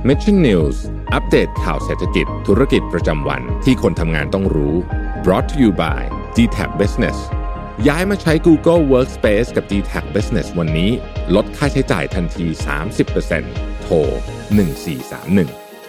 Mission News อัปเดตข่าวเศรษฐกิจธุรกิจประจำวันที่คนทำงานต้องรู้ brought to you by DTAC Business ย้ายมาใช้ Google Workspace กับ DTAC Business วันนี้ลดค่าใช้จ่ายทันที 30% โทร 1431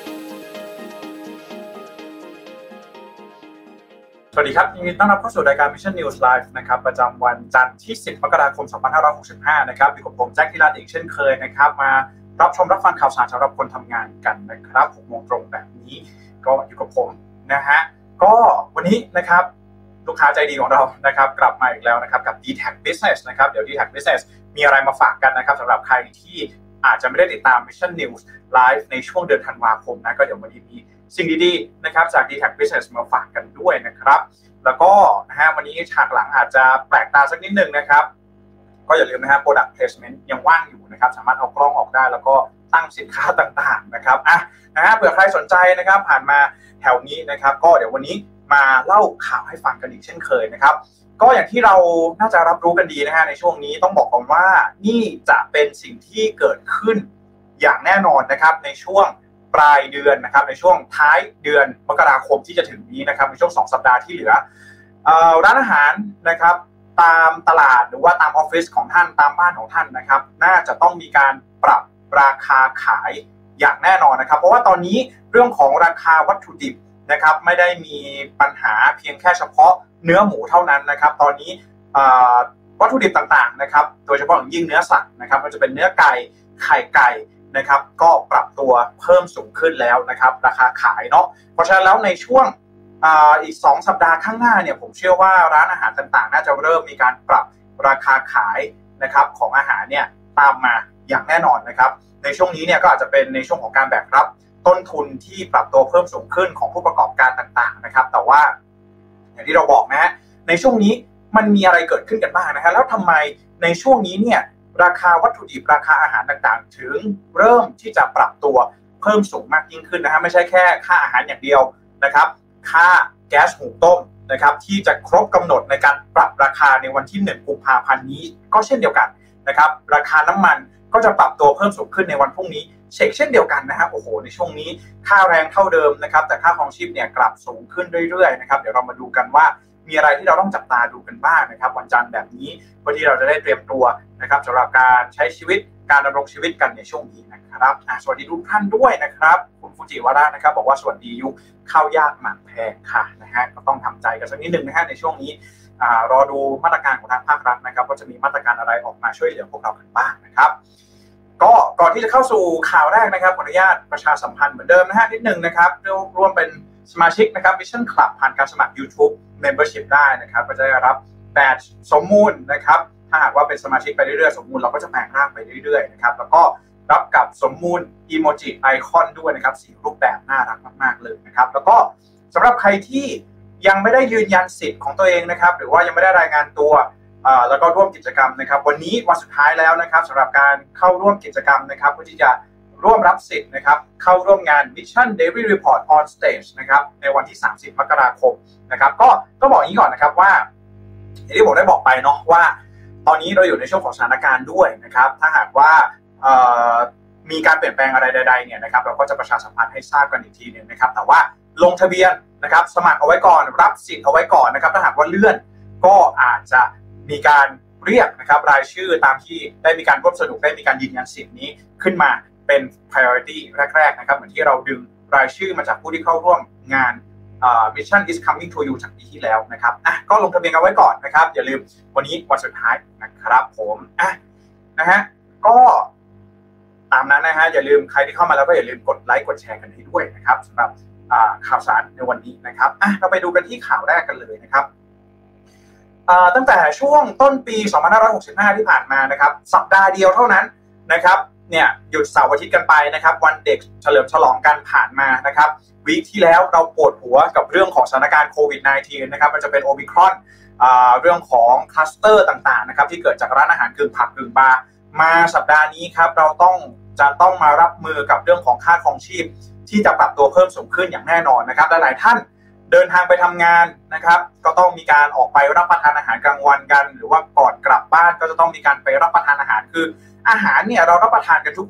สวัสดีครับยินดีต้อนรับเข้าสู่รายการ Mission News Live นะครับประจำวันจันทร์ที่10มกราคม2565นะครับอยู่กับผมแจ็คธีรเดชเช่นเคยนะครับมารับชมรับฟังข่าวสารสำหรับคนทำงานกันนะครับ6 โมงตรงแบบนี้ก็อยู่กับผมนะฮะก็วันนี้นะครับลูกค้าใจดีของเรานะครับกลับมาอีกแล้วนะครับกับ DTAC Business นะครับเดี๋ยว DTAC Business มีอะไรมาฝากกันนะครับสำหรับใครที่อาจจะไม่ได้ติดตาม Mission News Live ในช่วงเดือนธันวาคมนะก็เดี๋ยววันนี้มีสิ่งดีๆนะครับจาก DTAC Business มาฝากกันด้วยนะครับแล้วก็นะฮะวันนี้ฉากหลังอาจจะแปลกตาสักนิดนึงนะครับก็อย่าลืมนะฮะ Product Placement ยังว่างอยู่นะครับสามารถเอากล้องออกได้แล้วก็ตั้งสินค้าต่างๆนะครับนะฮะเผื่อใครสนใจนะครับผ่านมาแถวนี้นะครับก็เดี๋ยววันนี้มาเล่าข่าวให้ฟังกันอีกเช่นเคยนะครับก็อย่างที่เราน่าจะรับรู้กันดีนะฮะในช่วงนี้ต้องบอกก่อนว่านี่จะเป็นสิ่งที่เกิดขึ้นอย่างแน่นอนนะครับในช่วงปลายเดือนนะครับในช่วงท้ายเดือนมกราคมที่จะถึงนี้นะครับในช่วง2 สัปดาห์ที่เหลือร้านอาหารนะครับตามตลาดหรือว่าตามออฟฟิศของท่านตามบ้านของท่านนะครับน่าจะต้องมีการปรับราคาขายอย่างแน่นอนนะครับเพราะว่าตอนนี้เรื่องของราคาวัตถุดิบนะครับไม่ได้มีปัญหาเพียงแค่เฉพาะเนื้อหมูเท่านั้นนะครับตอนนี้วัตถุดิบต่างๆนะครับโดยเฉพาะอย่างยิ่งเนื้อสัตว์นะครับมันจะเป็นเนื้อไก่ไข่ไก่นะครับก็ปรับตัวเพิ่มสูงขึ้นแล้วนะครับราคาขายเนาะเพราะฉะนั้นแล้วในช่วงอีก2 สัปดาห์ข้างหน้าเนี่ยผมเชื่อว่าร้านอาหารต่างๆน่าจะเริ่มมีการปรับราคาขายนะครับของอาหารเนี่ยตามมาอย่างแน่นอนนะครับในช่วงนี้เนี่ยก็อาจจะเป็นในช่วงของการแบกรับต้นทุนที่ปรับตัวเพิ่มสูงขึ้นของผู้ประกอบการต่างๆนะครับแต่ว่าอย่างที่เราบอกนะฮะในช่วงนี้มันมีอะไรเกิดขึ้นกันบ้างนะฮะแล้วทำไมในช่วงนี้เนี่ยราคาวัตถุดิบราคาอาหารต่างๆถึงเริ่มที่จะปรับตัวเพิ่มสูงมากยิ่งขึ้นนะฮะไม่ใช่แค่ค่าอาหารอย่างเดียวนะครับค่าแก๊สหุงต้มนะครับที่จะครบกำหนดในการปรับราคาในวันที่1 กุมภาพันธ์นี้ก็เช่นเดียวกันนะครับราคาน้ำมันก็จะปรับตัวเพิ่มสูงขึ้นในวันพรุ่งนี้เช่นเดียวกันนะครับโอ้โหในช่วงนี้ค่าแรงเท่าเดิมนะครับแต่ค่าครองชีพเนี่ยกลับสูงขึ้นเรื่อยๆนะครับเดี๋ยวเรามาดูกันว่ามีอะไรที่เราต้องจับตาดูกันบ้างนะครับวันจันทร์แบบนี้เพื่อที่เราจะได้เตรียมตัวนะครับสำหรับการใช้ชีวิตการดำรงชีวิตกันในช่วงนี้นะครับสวัสดีทุกท่านด้วยนะครับคุณฟูจิวาระนะครับบอกว่าสวัสดียุคข้าวยากหมากแพงค่ะนะฮะก็ต้องทำใจกันสักนิดนึงนะฮะในช่วงนี้รอดูมาตรการของทางภาครัฐนะครับว่าจะมีมาตรการอะไรออกมาช่วยเหลือพวกเรากันบ้างนะครับก็ก่อนที่จะเข้าสู่ข่าวแรกนะครับขออนุญาตประชาสัมพันธ์เหมือนเดิมนะฮะนิดนึงนะครับร่วมเป็นสมาชิกนะครับ Mission Club ผ่านการสมัคร YouTube Membership ได้นะครับก็จะได้รับแบดสมมูลนะครับถ้าหากว่าเป็นสมาชิกไปเรื่อยๆสมมูลเราก็จะแปลงร่างไปเรื่อยๆนะครับแล้วก็รับกับสมมูลอีโมจิไอคอนด้วยนะครับ4 รูปแบบน่ารักมากๆเลยนะครับแล้วก็สำหรับใครที่ยังไม่ได้ยืนยันสิทธิ์ของตัวเองนะครับหรือว่ายังไม่ได้รายงานตัวแล้วก็ร่วมกิจกรรมนะครับวันนี้วันสุดท้ายแล้วนะครับสำหรับการเข้าร่วมกิจกรรมนะครับเพื่อที่จะร่วมรับสิทธิ์นะครับเข้าร่วมงาน Mission Daily Report on Stage นะครับในวันที่30 มกราคมนะครับก็บอกอย่างนี้ก่อนนะครับว่าอย่างที่ผมได้บอกไปเนาะว่าตอนนี้เราอยู่ในช่วงของสถานการณ์ด้วยนะครับถ้าหากว่ามีการเปลี่ยนแปลงอะไรใดๆเนี่ยนะครับเราก็จะประชาสัมพันธ์ให้ทราบกันอีกทีนึงนะครับแต่ว่าลงทะเบียนนะครับสมัครเอาไว้ก่อนรับสิทธิ์เอาไว้ก่อนนะครับถ้าหากว่าเลื่อนก็อาจจะมีการเรียกนะครับรายชื่อตามที่ได้มีการร่วมสนุกได้มีการยืนยันสิทธิ์นี้ขึ้นมาเป็น priority แรกๆนะครับเหมือนที่เราดึงรายชื่อมาจากผู้ที่เข้าร่วมงานMission is coming to you จากปีที่แล้วนะครับก็ลงทะเบียนเอาไว้ก่อนนะครับอย่าลืมวันนี้วันสุดท้ายนะครับผมนะฮะก็ตามนั้นนะฮะอย่าลืมใครที่เข้ามาแล้วก็อย่าลืมกดไลค์กดแชร์กันให้ด้วยนะครับสำหรับข่าวสารในวันนี้นะครับเราไปดูกันที่ข่าวแรกกันเลยนะครับตั้งแต่ช่วงต้นปี2565ที่ผ่านมานะครับสัปดาห์เดียวเท่านั้นนะครับเนี่ยหยุดเสาร์อาทิตย์กันไปนะครับวันเด็กเฉลิมฉลองกันผ่านมานะครับวีคที่แล้วเราปวดหัวกับเรื่องของสถานการณ์โควิด -19 นะครับมันจะเป็นโอมิครอนเรื่องของคลัสเตอร์ต่างๆนะครับที่เกิดจากร้านอาหารกึ่งผับกึ่งบาร์มาสัปดาห์นี้ครับเราจะต้องมารับมือกับเรื่องของค่าครองชีพที่จะปรับตัวเพิ่มสูงขึ้นอย่างแน่นอนนะครับหลายๆท่านเดินทางไปทำงานนะครับก็ต้องมีการออกไปรับประทานอาหารกลางวันกันหรือว่าก่อนกลับบ้านก็จะต้องมีการไปรับประทานอาหารคืออาหารเนี่ยเรารับประทานกันทุกวัน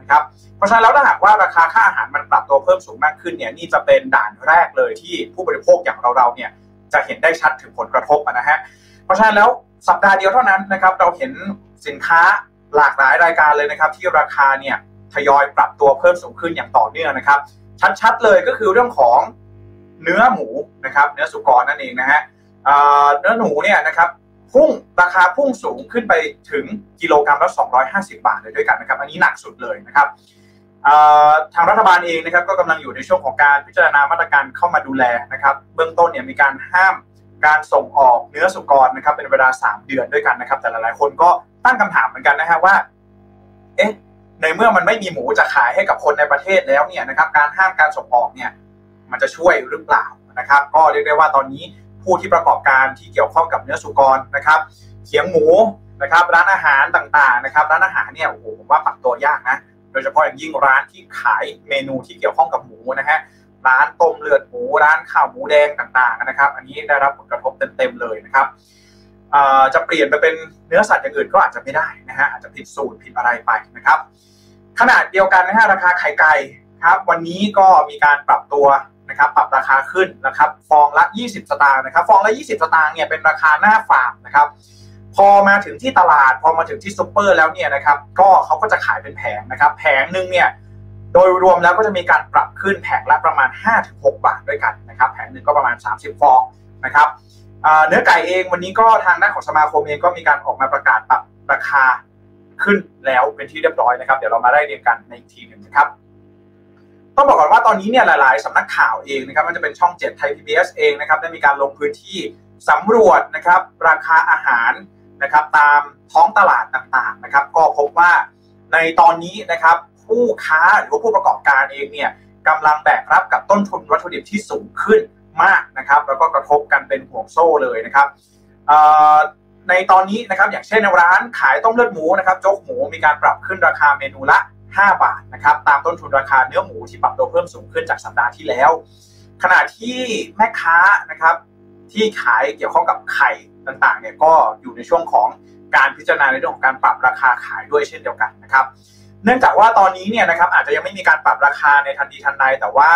นะครับเพราะฉะนั้นแล้วถ้าหากว่าราคาค่าอาหารมันปรับตัวเพิ่มสูงมากขึ้นเนี่ยนี่จะเป็นด่านแรกเลยที่ผู้บริโภคอย่างเราเนี่ยจะเห็นได้ชัดถึงผลกระทบนะฮะเพราะฉะนั้นแล้วสัปดาห์เดียวเท่านั้นนะครับเราเห็นสินค้าหลากหลายรายการเลยนะครับที่ราคาเนี่ยทยอยปรับตัวเพิ่มสูงขึ้นอย่างต่อเนื่องนะครับชัดๆเลยก็คือเรื่องของเนื้อหมูนะครับเนื้อสุกรนั่นเองนะฮะเนื้อหมูเนี่ยนะครับราคาพุ่งสูงขึ้นไปถึงกิโลกรัมละ250 บาทเลยด้วยกันนะครับอันนี้หนักสุดเลยนะครับทางรัฐบาลเองนะครับก็กำลังอยู่ในช่วงของการพิจารณามาตรการเข้ามาดูแลนะครับเบื้องต้นเนี่ยมีการห้ามการส่งออกเนื้อสุกรนะครับเป็นเวลา3 เดือนด้วยกันนะครับแต่หลายๆคนก็ตั้งคำถามเหมือนกันนะฮะว่าในเมื่อมันไม่มีหมูจะขายให้กับคนในประเทศแล้วเนี่ยนะครับการห้ามการส่งออกเนี่ยมันจะช่วยหรือเปล่านะครับก็เรียกได้ว่าตอนนี้ผู้ที่ประกอบการที่เกี่ยวข้องกับเนื้อสุกรนะครับเขียงหมูนะครับร้านอาหารต่างๆนะครับร้านอาหารเนี่ยโอ้โหผมว่าปรับตัวยากนะโดยเฉพาะอย่างยิ่งร้านที่ขายเมนูที่เกี่ยวข้องกับหมูนะฮะร้านต้มเลือดหมูร้านข้าวหมูแดงต่างๆนะครับอันนี้ได้รับผลกระทบเต็มๆเลยนะครับจะเปลี่ยนไปเป็นเนื้อสัตว์อย่างอื่นก็อาจจะไม่ได้นะฮะอาจจะผิดสูตรผิดอะไรไปนะครับขนาดเดียวกันนะฮะราคาไข่ไก่ครับวันนี้ก็มีการปรับตัวนะครับปรับราคาขึ้นนะครับฟองละ20 สตางค์นะครับฟองละ20 สตางค์เนี่ยเป็นราคาหน้าฟาร์มนะครับพอมาถึงที่ตลาดพอมาถึงที่ซุปเปอร์แล้วเนี่ยนะครับก็เขาก็จะขายเป็นแผงนะครับแผงนึงเนี่ยโดยรวมแล้วก็จะมีการปรับขึ้นแผงละประมาณ 5-6 บาทด้วยกันนะครับแผงนึงก็ประมาณ30 ฟองนะครับเนื้อไก่เองวันนี้ก็ทางด้านของสมาคมเองก็มีการออกมาประกาศปรับราคาขึ้นแล้วเป็นที่เรียบร้อยนะครับเดี๋ยวเรามาไล่เรียงกันในอีกทีนึงนะครับต้องบอกก่อนว่าตอนนี้เนี่ยหลายๆสำนักข่าวเองนะครับมันจะเป็นช่อง7ไทย PBS เองนะครับได้มีการลงพื้นที่สำรวจนะครับราคาอาหารนะครับตามท้องตลาดต่างๆนะครับก็พบว่าในตอนนี้นะครับผู้ค้าหรือว่าผู้ประกอบการเองเนี่ยกำลังแบกรับกับต้นทุนวัตถุดิบที่สูงขึ้นมากนะครับแล้วก็กระทบกันเป็นห่วงโซ่เลยนะครับในตอนนี้นะครับอย่างเช่นร้านขายต้มเลือดหมูนะครับโจ๊กหมูมีการปรับขึ้นราคาเมนูละ5 บาทนะครับตามต้นทุนราคาเนื้อหมูที่ปรับตัวเพิ่มสูงขึ้นจากสัปดาห์ที่แล้วขณะที่แม่ค้านะครับที่ขายเกี่ยวข้องกับไข่ต่างๆเนี่ยก็อยู่ในช่วงของการพิจารณาในเรื่องของการปรับราคาขายด้วยเช่นเดียวกันนะครับเนื่องจากว่าตอนนี้เนี่ยนะครับอาจจะยังไม่มีการปรับราคาในทันทีทันใดแต่ว่า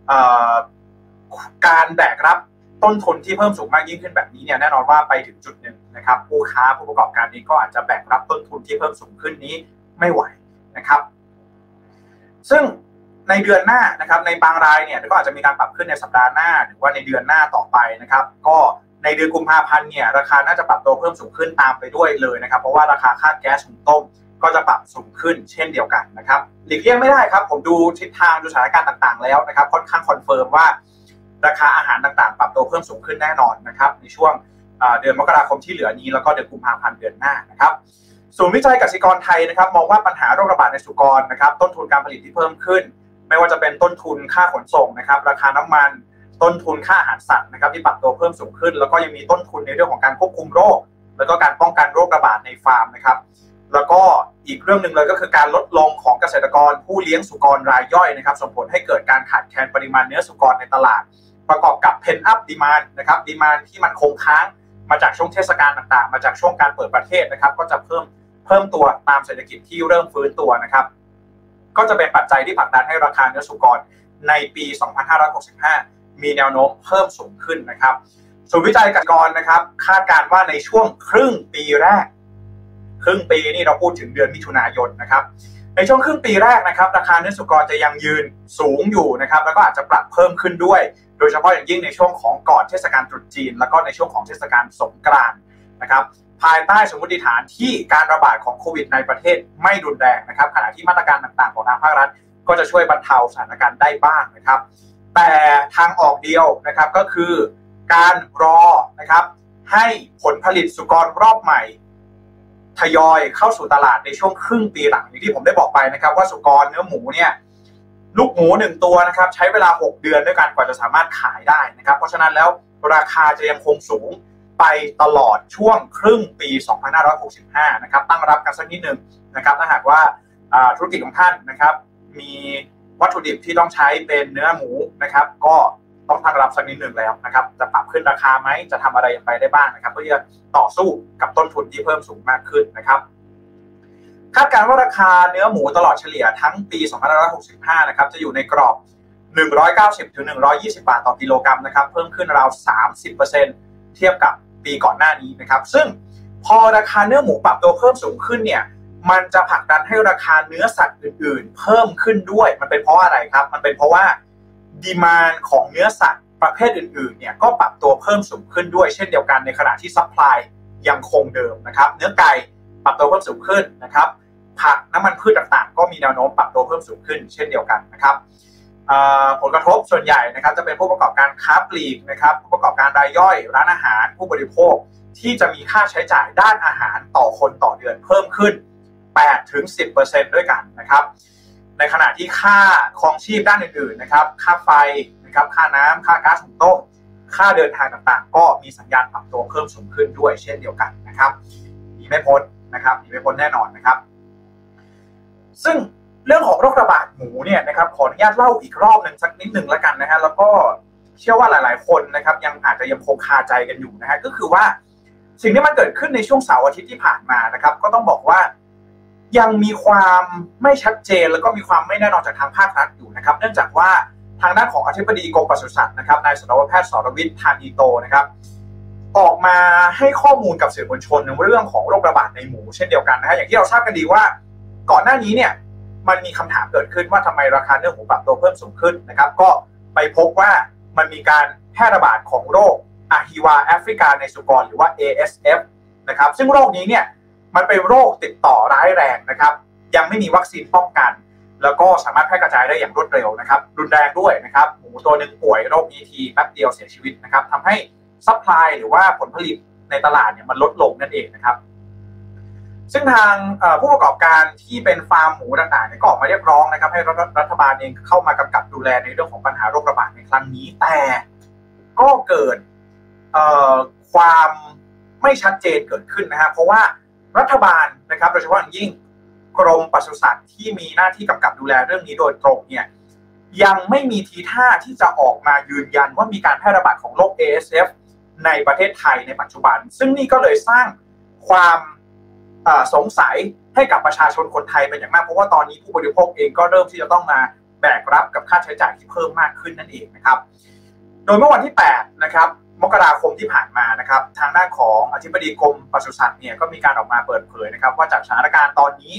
การแบกรับต้นทุนที่เพิ่มสูงมากยิ่งขึ้นแบบนี้เนี่ยแน่นอนว่าไปถึงจุดหนึ่งนะครับผู้ค้าผู้ประกอบการนี้ก็อาจจะแบกรับต้นทุนที่เพิ่มสูงขึ้นนี้ไม่ไหวนะครับซึ่งในเดือนหน้านะครับในบางรายเนี่ยก็อาจจะมีการปรับขึ้นในสัปดาห์หน้าหรือว่าในเดือนหน้าต่อไปนะครับก็ในเดือนกุมภาพันธ์เนี่ยราคาน่าจะปรับตัวเพิ่มสูงขึ้นตามไปด้วยเลยนะครับเพราะว่าราคาค่าแก๊สหุงต้มก็จะปรับสูงขึ้นเช่นเดียวกันนะครับหลีกเลี่ยงไม่ได้ครับผมดูทิศทางดูสถานการณ์ต่างๆแล้วนะครับค่อนข้างคอนเฟิร์มว่าราคาอาหารต่างๆปรับตัวเพิ่มสูงขึ้นแน่นอนนะครับในช่วงเดือนมกราคมที่เหลือนี้แล้วก็เดือนกุมภาพันธ์เดือนหน้านะครับศูนย์วิจัยกสิกรไทยนะครับมองว่าปัญหาโรคระบาดในสุกรนะครับต้นทุนการผลิตที่เพิ่มขึ้นไม่ว่าจะเป็นต้นทุนค่าขนส่งนะครับราคาน้ำมันต้นทุนค่าอาหารสัตว์นะครับที่ปรับตัวเพิ่มสูงขึ้นแล้วก็ยังมีต้นทุนในเรื่องของการควบคุมโรคแล้วก็การป้องกันโรคระบาดในฟาร์มนะครับแล้วก็อีกเรื่องนึงเลยก็คือการลดลงของเกษตรกรผู้เลี้ยงสุกรรายย่อยนะครับส่งผลให้เกิดการขาดแคลนปริมาณเนื้อสุกรในตลาดประกอบกับ pent up demand นะครับ demand ที่มันคงค้างมาจากช่วงเทศกาลต่างๆมาจากช่วงการเปิดประเทศนะครับก็จะเพิ่มตัวตามเศรษฐกิจที่เริ่มฟื้นตัวนะครับก็จะเป็นปัจจัยที่ผลักดันให้ราคาเนื้อสุกรในปี 2565 มีแนวโน้มเพิ่มสูงขึ้นนะครับศูนย์วิจัยกสิกรนะครับคาดการณ์ว่าในช่วงครึ่งปีแรกครึ่งปีนี่เราพูดถึงเดือนมิถุนายนนะครับในช่วงครึ่งปีแรกนะครับราคาเนื้อสุกรจะยังยืนสูงอยู่นะครับแล้วก็อาจจะปรับเพิ่มขึ้นด้วยโดยเฉพาะอย่างยิ่งในช่วงของก่อนเทศกาลตรุษจีนแล้วก็ในช่วงของเทศกาลสงกรานต์นะครับภายใต้สมมติฐานที่การระบาดของโควิดในประเทศไม่รุนแรงนะครับขณะที่มาตรการต่างๆของทางภาครัฐก็จะช่วยบรรเทาสถานการณ์ได้บ้างนะครับแต่ทางออกเดียวนะครับก็คือการรอนะครับให้ผลผลิตสุกรรอบใหม่ทยอยเข้าสู่ตลาดในช่วงครึ่งปีหลังอย่างที่ผมได้บอกไปนะครับว่าสุกรเนื้อหมูเนี่ยลูกหมู1ตัวนะครับใช้เวลา6 เดือนด้วยกันกว่าจะสามารถขายได้นะครับเพราะฉะนั้นแล้วราคาจะยังคงสูงไปตลอดช่วงครึ่งปี 2565 นะครับตั้งรับกันสักนิดนึงนะครับถ้าหากว่าธุรกิจของท่านนะครับมีวัตถุดิบที่ต้องใช้เป็นเนื้อหมูนะครับก็ต้องตั้งรับสักนิดนึงแล้วนะครับจะปรับขึ้นราคาไหมจะทำอะไรอย่างไรได้บ้างนะครับเพื่อจะต่อสู้กับต้นทุนที่เพิ่มสูงมากขึ้นนะครับคาดการณ์ว่าราคาเนื้อหมูตลอดเฉลี่ยทั้งปี2565นะครับจะอยู่ในกรอบ190ถึง120บาทต่อกิโลกรัมนะครับเพิ่มขึ้นราว 30% เทียบกับปีก่อนหน้านี้นะครับซึ่งพอราคาเนื้อหมูปรับตัวเพิ่มสูงขึ้นเนี่ยมันจะผลักดันให้ราคาเนื้อสัตว์อื่นๆเพิ่มขึ้นด้วยมันเป็นเพราะอะไรครับมันเป็นเพราะว่าดีมานด์ของเนื้อสัตว์ประเภทอื่นๆเนี่ยก็ปรับตัวเพิ่มสูงขึ้นด้วยเช่นเดียวกันในขณะที่ซัพพลายยังคงเดิมนะครับเนื้อไก่ปรับตัวเพิ่มสูงขึ้นนะครับผักน้ำมันพืชต่างๆก็มีแนวโน้มปรับตัวเพิ่มสูงขึ้นเช่นเดียวกันนะครับผลกระทบส่วนใหญ่นะครับจะเป็นผู้ประกอบการค้าปลีกนะครับผู้ประกอบการรายย่อยร้านอาหารผู้บริโภคที่จะมีค่าใช้จ่ายด้านอาหารต่อคนต่อเดือนเพิ่มขึ้น 8-10% ด้วยกันนะครับในขณะที่ค่าครองชีพด้านอื่นๆนะครับค่าไฟนะครับค่าน้ำค่าก๊าซหุงต้มค่าเดินทางต่างๆก็มีสัญญาณปรับตัวเพิ่มสูงขึ้นด้วยเช่นเดียวกันนะครับหนีไม่พ้นนะครับหนีไม่พ้นแน่นอนนะครับซึ่งเรื่องของโรคระบาดหมูเนี่ยนะครับขออนุญาตเล่าอีกรอบนึงสักนิดนึงแล้วกันนะฮะแล้วก็เชื่อว่าหลายๆคนนะครับยังคงคาใจกันอยู่นะฮะก็คือว่าสิ่งที่มันเกิดขึ้นในช่วงเสาร์อาทิตย์ที่ผ่านมานะครับก็ต้องบอกว่ายังมีความไม่ชัดเจนแล้วก็มีความไม่แน่นอนจากทางภาครัฐอยู่นะครับเนื่องจากว่าทางด้านของอธิบดีกรมปศุสัตว์นะครับนายสัตวแพทย์สรวิทย์ ธานีโตนะครับออกมาให้ข้อมูลกับสื่อมวลชนในเรื่องของโรคระบาดในหมูเช่นเดียวกันนะฮะอย่างที่เราทราบกันดีว่าก่อนหน้านี้เนี่ยมันมีคำถามเกิดขึ้นว่าทำไมราคาเนื้อหมูปรับตัวเพิ่มสูงขึ้นนะครับก็ไปพบว่ามันมีการแพร่ระบาดของโรคอะฮิวาแอฟริกาในสุกรหรือว่า ASF นะครับซึ่งโรคนี้เนี่ยมันเป็นโรคติดต่อร้ายแรงนะครับยังไม่มีวัคซีนป้องกันแล้วก็สามารถแพร่กระจายได้อย่างรวดเร็วนะครับรุนแรงด้วยนะครับหมูตัวหนึ่งป่วยโรคนี้ทีแป๊บเดียวเสียชีวิตนะครับทำให้ซัพพลายหรือว่าผลผลิตในตลาดเนี่ยมันลดลงนั่นเองนะครับซึ่งทางผู้ประกอบการที่เป็นฟาร์มหมูต่างๆเนี่ยก็ออกมาเรียกร้องนะครับให้รัฐบาลเองเข้ามากำกับดูแลในเรื่องของปัญหาโรคระบาดในครั้งนี้แต่ก็เกิดความไม่ชัดเจนเกิดขึ้นนะฮะเพราะว่ารัฐบาลนะครับโดยเฉพาะอย่างยิ่งกรมปศุสัตว์ที่มีหน้าที่กำกับดูแลเรื่องนี้โดยตรงเนี่ยยังไม่มีทีท่าที่จะออกมายืนยันว่ามีการแพร่ระบาดของโรค ASF ในประเทศไทยในปัจจุบันซึ่งนี่ก็เลยสร้างความสงสัยให้กับประชาชนคนไทยเป็นอย่างมากเพราะว่าตอนนี้ผู้บริโภคเองก็เริ่มที่จะต้องมาแบกรับกับค่าใช้จ่ายที่เพิ่มมากขึ้นนั่นเองนะครับโดยเมื่อวันที่8นะครับมกราคมที่ผ่านมานะครับทางด้านของอธิบดีกรมปศุสัตว์เนี่ยก็มีการออกมาเปิดเผยนะครับว่าจากสถานการณ์ตอนนี้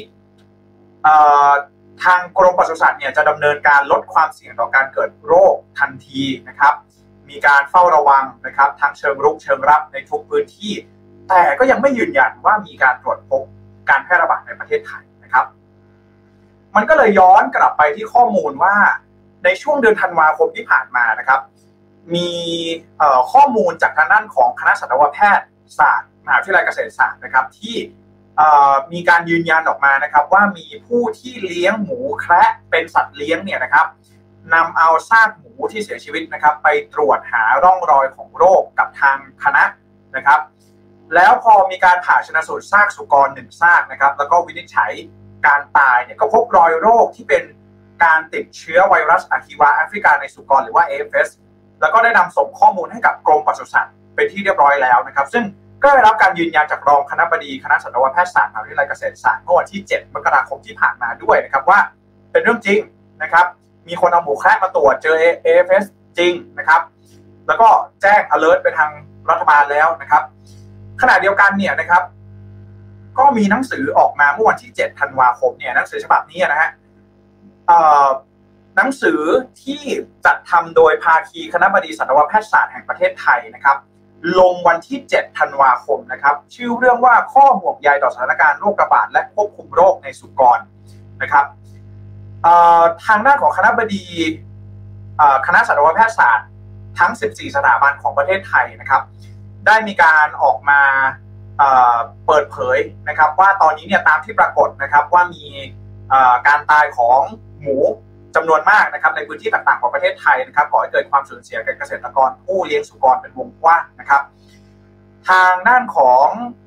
ทางกรมปศุสัตว์เนี่ยจะดำเนินการลดความเสี่ยงต่อการเกิดโรคทันทีนะครับมีการเฝ้าระวังนะครับทั้งเชิงรุกเชิงรับในทุกพื้นที่แต่ก็ยังไม่ยืนยันว่ามีการตรวจพบการแพร่ระบาดในประเทศไทยนะครับมันก็เลยย้อนกลับไปที่ข้อมูลว่าในช่วงเดือนธันวาคมที่ผ่านมานะครับมีข้อมูลจากทางด้านของคณะสัตวแพทยศาสตร์มหาวิทยาลัยเกษตรศาสตร์นะครับที่มีการยืนยันออกมานะครับว่ามีผู้ที่เลี้ยงหมูแคระเป็นสัตว์เลี้ยงเนี่ยนะครับนำเอาซากหมูที่เสียชีวิตนะครับไปตรวจหาร่องรอยของโรคกับทางคณะนะครับแล้วพอมีการผ่าชนสูตรซากสุกร1ซากนะครับแล้วก็วินิจฉัยการตายเนี่ยก็พบรอยโรคที่เป็นการติดเชื้อไวรัสอะฮิวาแอฟริกาในสุกรหรือว่า AFS แล้วก็ได้นำส่งข้อมูลให้กับกรมปศุสัตว์เป็นที่เรียบร้อยแล้วนะครับซึ่งก็ได้รับการยืนยันจากรองคณบดีคณะสัตวแพทยศาสตร์มหาวิทยาลัยเกษตรศาสตร์เมื่อวันที่7มกราคมที่ผ่านมาด้วยนะครับว่าเป็นเรื่องจริงนะครับมีคนเอาหมูแคระมาตรวจเจอ AFS จริงนะครับแล้วก็แจ้ง alert ไปทางรัฐบาลแล้วนะครับขณะเดียวกันเนี่ยนะครับก็มีหนังสือออกมาเมื่อวันที่7ธันวาคมเนี่ยหนังสือฉบับนี้นะฮะหนังสือที่จัดทำโดยภาคีคณบดีสัตวแพทยศาสตร์แห่งประเทศไทยนะครับลงวันที่7ธันวาคมนะครับชื่อเรื่องว่าข้อห่วงใยต่อสถานการณ์โรคระบาดและควบคุมโรคในสุกรนะครับทางด้านของคณบดีคณะสัตวแพทยศาสตร์ทั้ง14สถาบันของประเทศไทยนะครับได้มีการออกมาเปิดเผยนะครับว่าตอนนี้เนี่ยตามที่ปรากฏนะครับว่ามีการตายของหมูจำนวนมากนะครับในพื้นที่ต่างๆของประเทศไทยนะครับก่อให้เกิดความสูญเสียแก่เกษตรกรผู้เลี้ยงสุกรเป็นวงกว้างนะครับทางด้านของ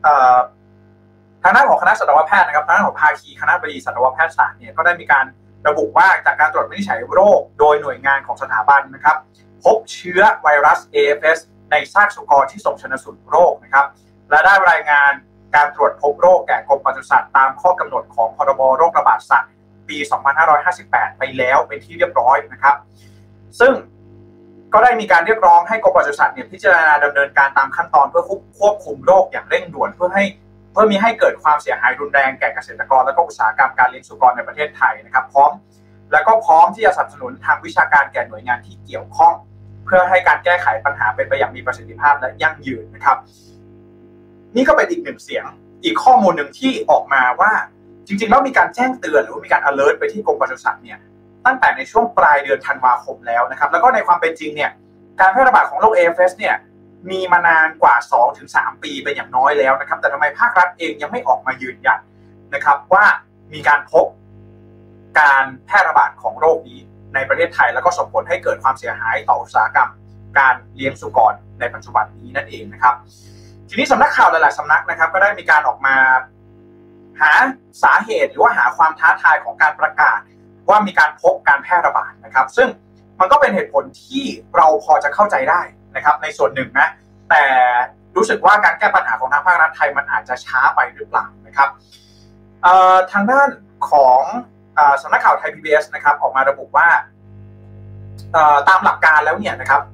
คณะสัตวแพทย์นะครับทางด้านของภาคีคณะบดีสัตวแพทยศาสตร์เนี่ยก็ได้มีการระบุว่าจากการตรวจวินิจฉัยโรคโดยหน่วยงานของสถาบันนะครับพบเชื้อไวรัส AFS ในซากสุกรที่ส่งชันสูตรโรคนะครับและได้รายงานการตรวจพบโรคแก่กรมปศุสัตว์ตามข้อกำหนดของพรบโรคระบาดสัตว์ปี 2558 ไปแล้วเป็นที่เรียบร้อยนะครับซึ่งก็ได้มีการเรียกร้องให้กรมปศุสัตว์เนี่ยพิจารณาดำเนินการตามขั้นตอนเพื่อควบคุมโรคอย่างเร่งด่วนเพื่อมีให้เกิดความเสียหายรุนแรงแก่เกษตรกรและก็อุตสาหกรรมการเลี้ยงสุกรในประเทศไทยนะครับพร้อมที่จะสนับสนุนทางวิชาการแก่หน่วยงานที่เกี่ยวข้องเพื่อให้การแก้ไขปัญหาเป็นไปอย่างมีประสิทธิภาพและยั่งยืนนะครับนี่ก็เป็นอีกหนึ่งเสียงอีกข้อมูลหนึ่งที่ออกมาว่าจริงๆแล้วมีการแจ้งเตือนหรือมีการ alert ไปที่กรมปศุสัตว์เนี่ยตั้งแต่ในช่วงปลายเดือนธันวาคมแล้วนะครับแล้วก็ในความเป็นจริงเนี่ยการแพร่ระบาดของโรค AFS เนี่ยมีมานานกว่า 2-3 ปีเป็นอย่างน้อยแล้วนะครับแต่ทำไมภาครัฐเองยังไม่ออกมายืนยันนะครับว่ามีการพบการแพร่ระบาดของโรคนี้ในประเทศไทยแล้วก็ส่งผลให้เกิดความเสียหายต่ออุตสาหกรรมการเลี้ยงสุกรในปัจจุบันนี้นั่นเองนะครับทีนี้สำนักข่าวหลายๆสำนักนะครับก็ได้มีการออกมาหาสาเหตุหรือว่าหาความท้าทายของการประกาศว่ามีการพบการแพร่ระบาดนะครับซึ่งมันก็เป็นเหตุผลที่เราพอจะเข้าใจได้นะครับในส่วนหนึ่งนะแต่รู้สึกว่าการแก้ปัญหาของทางภาครัฐไทยมันอาจจะช้าไปหรือเปล่านะครับทางด้านของสำนักข่าวไทย PBS นะครับออกมาระบุว่าตามหลักการแล้วเนี่ยนะครับ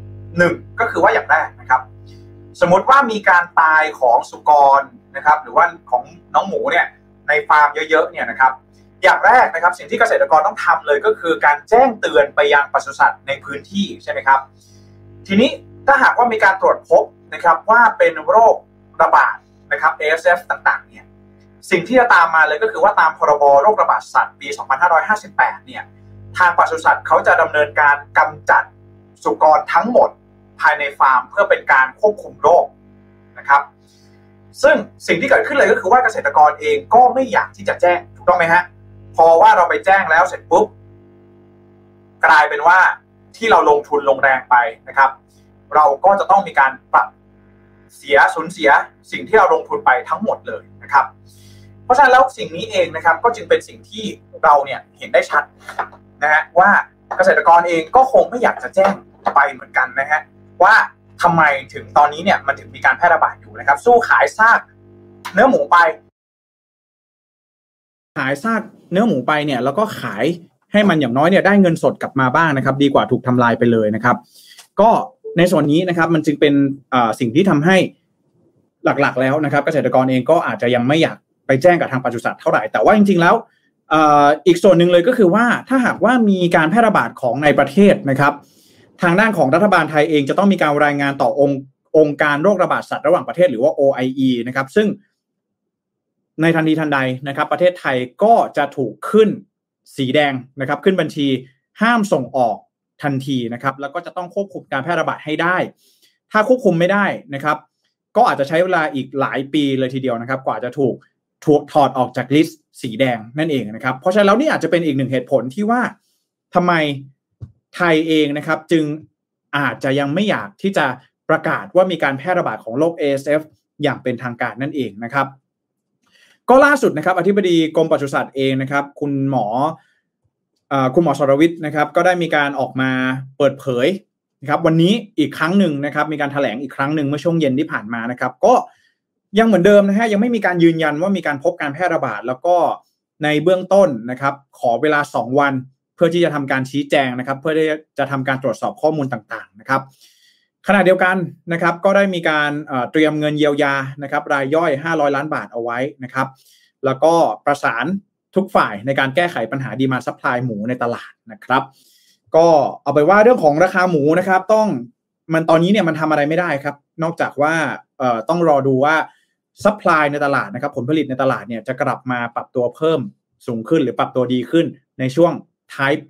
1ก็คือว่าอย่างแรกนะครับสมมติว่ามีการตายของสุกรนะครับหรือว่าของน้องหมูเนี่ยในฟาร์มเยอะๆเนี่ยนะครับอย่างแรกนะครับสิ่งที่เกษตรกรต้องทำเลยก็คือการแจ้งเตือนไปยังปศุสัตว์ในพื้นที่ใช่ไหมครับทีนี้ถ้าหากว่ามีการตรวจพบนะครับว่าเป็นโรคระบาดนะครับ ASF ต่างๆเนี่ยสิ่งที่จะตามมาเลยก็คือว่าตามพรบโรคระบาดสัตว์ปี 2558 เนี่ยทางปศุสัตว์เขาจะดำเนินการกำจัดสุกรทั้งหมดภายในฟาร์มเพื่อเป็นการควบคุมโรคนะครับซึ่งสิ่งที่เกิดขึ้นเลยก็คือว่าเกษตรกรเองก็ไม่อยากที่จะแจ้งถูกต้องไหมฮะพอว่าเราไปแจ้งแล้วเสร็จปุ๊บกลายเป็นว่าที่เราลงทุนลงแรงไปนะครับเราก็จะต้องมีการปรับสูญเสียสิ่งที่เราลงทุนไปทั้งหมดเลยนะครับเพราะฉะนั้นแล้วสิ่งนี้เองนะครับก็จึงเป็นสิ่งที่เราเนี่ยเห็นได้ชัดนะฮะว่าเกษตรกรเองก็คงไม่อยากจะแจ้งไปเหมือนกันนะฮะว่าทำไมถึงตอนนี้เนี่ยมันถึงมีการแพร่ระบาดอยู่นะครับสู้ขายซากเนื้อหมูไปเนี่ยแล้วก็ขายให้มันอย่างน้อยเนี่ยได้เงินสดกลับมาบ้างนะครับดีกว่าถูกทำลายไปเลยนะครับก็ในส่วนนี้นะครับมันจึงเป็นสิ่งที่ทำให้หลักๆแล้วนะครับเกษตรกรเองก็อาจจะยังไม่อยากไปแจ้งกับทางปศุสัตว์เท่าไหร่แต่ว่าจริงๆแล้วอีกส่วนหนึ่งเลยก็คือว่าถ้าหากว่ามีการแพร่ระบาดของในประเทศนะครับทางด้านของรัฐบาลไทยเองจะต้องมีการรายงานต่อองค์การโรคระบาดสัตว์ระหว่างประเทศหรือว่า OIE นะครับซึ่งในทันทีทันใดนะครับประเทศไทยก็จะถูกขึ้นสีแดงนะครับขึ้นบัญชีห้ามส่งออกทันทีนะครับแล้วก็จะต้องควบคุมการแพร่ระบาดให้ได้ถ้าควบคุมไม่ได้นะครับก็อาจจะใช้เวลาอีกหลายปีเลยทีเดียวนะครับกว่าจะถูกถอดออกจากลิสต์สีแดงนั่นเองนะครับเพราะฉะนั้นแล้วนี่อาจจะเป็นอีกหนึ่งเหตุผลที่ว่าทำไมไทยเองนะครับจึงอาจจะยังไม่อยากที่จะประกาศว่ามีการแพร่ระบาดของโรค ASF อย่างเป็นทางการนั่นเองนะครับก็ล่าสุดนะครับอธิบดีกรมปศุสัตว์เองนะครับคุณหมอสรวิทย์นะครับก็ได้มีการออกมาเปิดเผยนะครับวันนี้อีกครั้งหนึ่งนะครับมีการแถลงอีกครั้งหนึ่งเมื่อช่วงเย็นที่ผ่านมานะครับก็ยังเหมือนเดิมนะฮะยังไม่มีการยืนยันว่ามีการพบการแพร่ระบาดแล้วก็ในเบื้องต้นนะครับขอเวลา2วันเพื่อที่จะทำการชี้แจงนะครับเพื่อที่จะทำการตรวจสอบข้อมูลต่างๆนะครับขณะเดียวกันนะครับก็ได้มีการเตรียมเงินเยียวยานะครับรายย่อย500ล้านบาทเอาไว้นะครับแล้วก็ประสานทุกฝ่ายในการแก้ไขปัญหาดีมานด์ซัพพลายหมูในตลาดนะครับก็เอาไปว่าเรื่องของราคาหมูนะครับตอนนี้เนี่ยมันทำอะไรไม่ได้ครับนอกจากว่าต้องรอดูว่าซัพพลายในตลาดนะครับผลผลิตในตลาดเนี่ยจะกลับมาปรับตัวเพิ่มสูงขึ้นหรือปรับตัวดีขึ้นในช่วงท้ายปี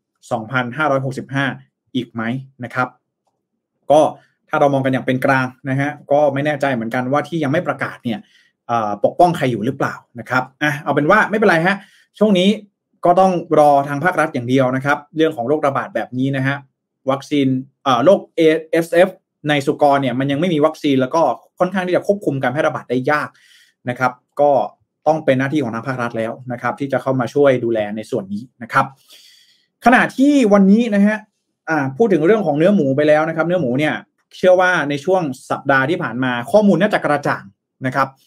2565 อีกไหมนะครับก็ถ้าเรามองกันอย่างเป็นกลางนะฮะก็ไม่แน่ใจเหมือนกันว่าที่ยังไม่ประกาศเนี่ยปกป้องใครอยู่หรือเปล่านะครับเอาเป็นว่าไม่เป็นไรฮะช่วงนี้ก็ต้องรอทางภาครัฐอย่างเดียวนะครับเรื่องของโรคระบาดแบบนี้นะฮะวัคซีนโรค ASF ในสุกรเนี่ยมันยังไม่มีวัคซีนแล้วก็ค่อนข้างที่จะควบคุมการแพร่ระบาดได้ยากนะครับก็ต้องเป็นหน้าที่ของทางภาครัฐแล้วนะครับที่จะเข้ามาช่วยดูแลในส่วนนี้นะครับขณะที่วันนี้นะฮะพูดถึงเรื่องของเนื้อหมูไปแล้วนะครับเนื้อหมูเนี่ยเชื่อว่าในช่วงสัปดาห์ที่ผ่านมาข้อมูลน่าจะกระจ่างนะครับ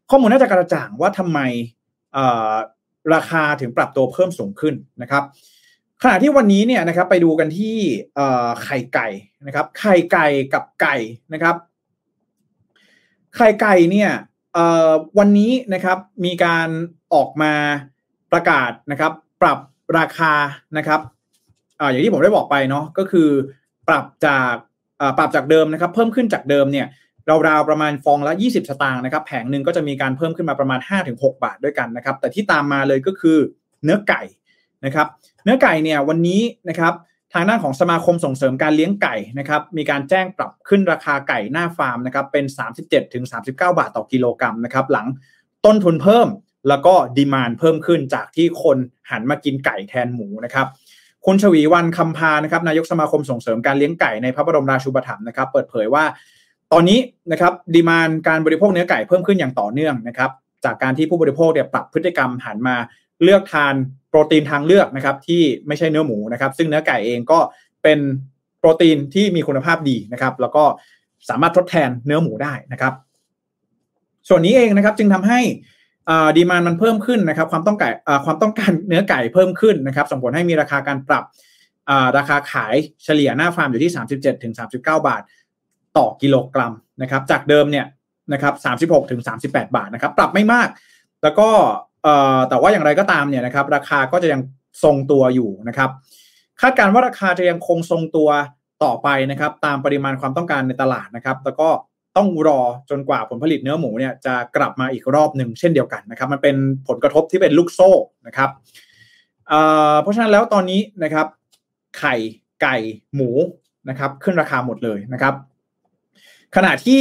ข้อมูลน่าจะกระจ่างว่าทำไมราคาถึงปรับตัวเพิ่มสูงขึ้นนะครับขณะที่วันนี้เนี่ยนะครับไปดูกันที่ไข่ไก่นะครับไข่ไก่กับไก่นะครับไข่ไก่เนี่ยวันนี้นะครับมีการออกมาประกาศนะครับปรับราคานะครับอย่างที่ผมได้บอกไปเนาะก็คือปรับจากเดิมนะครับเพิ่มขึ้นจากเดิมเนี่ยราวๆประมาณฟองละ20สตางค์นะครับแผงหนึ่งก็จะมีการเพิ่มขึ้นมาประมาณ 5-6 บาทด้วยกันนะครับแต่ที่ตามมาเลยก็คือเนื้อไก่นะครับเนื้อไก่เนี่ยวันนี้นะครับทางด้านของสมาคมส่งเสริมการเลี้ยงไก่นะครับมีการแจ้งปรับขึ้นราคาไก่หน้าฟาร์มนะครับเป็น 37-39 บาทต่อกิโลกรัมนะครับหลังต้นทุนเพิ่มแล้วก็ดีมานด์เพิ่มขึ้นจากที่คนหันมากินไก่แทนหมูนะครับคุณชวีวรรณคำพานะครับนายกสมาคมส่งเสริมการเลี้ยงไก่ในพระบรมราชูปถัมภ์นะครับเปิดเผยว่าตอนนี้นะครับดีมานด์การบริโภคเนื้อไก่เพิ่มขึ้นอย่างต่อเนื่องนะครับจากการที่ผู้บริโภคเนี่ยปรับพฤติกรรมหันมาเลือกทานโปรตีนทางเลือกนะครับที่ไม่ใช่เนื้อหมูนะครับซึ่งเนื้อไก่เองก็เป็นโปรตีนที่มีคุณภาพดีนะครับแล้วก็สามารถทดแทนเนื้อหมูได้นะครับส่วนนี้เองนะครับจึงทำให้ดีมานด์มันเพิ่มขึ้นนะครับความต้องการเนื้อไก่เพิ่มขึ้นนะครับส่งผลให้มีราคาการปรับราคาขายเฉลี่ยหน้าฟาร์มอยู่ที่ 37-39 บาทต่อกิโลกรัมนะครับจากเดิมเนี่ยนะครับ 36-38 บาทนะครับปรับไม่มากแล้วก็แต่ว่าอย่างไรก็ตามเนี่ยนะครับราคาก็จะยังทรงตัวอยู่นะครับคาดการณ์ว่าราคาจะยังคงทรงตัวต่อไปนะครับตามปริมาณความต้องการในตลาดนะครับแล้วก็ต้องรอจนกว่าผลผลิตเนื้อหมูเนี่ยจะกลับมาอีกรอบหนึ่งเช่นเดียวกันนะครับมันเป็นผลกระทบที่เป็นลูกโซ่นะครับเพราะฉะนั้นแล้วตอนนี้นะครับไข่ไก่หมูนะครับขึ้นราคาหมดเลยนะครับขณะที่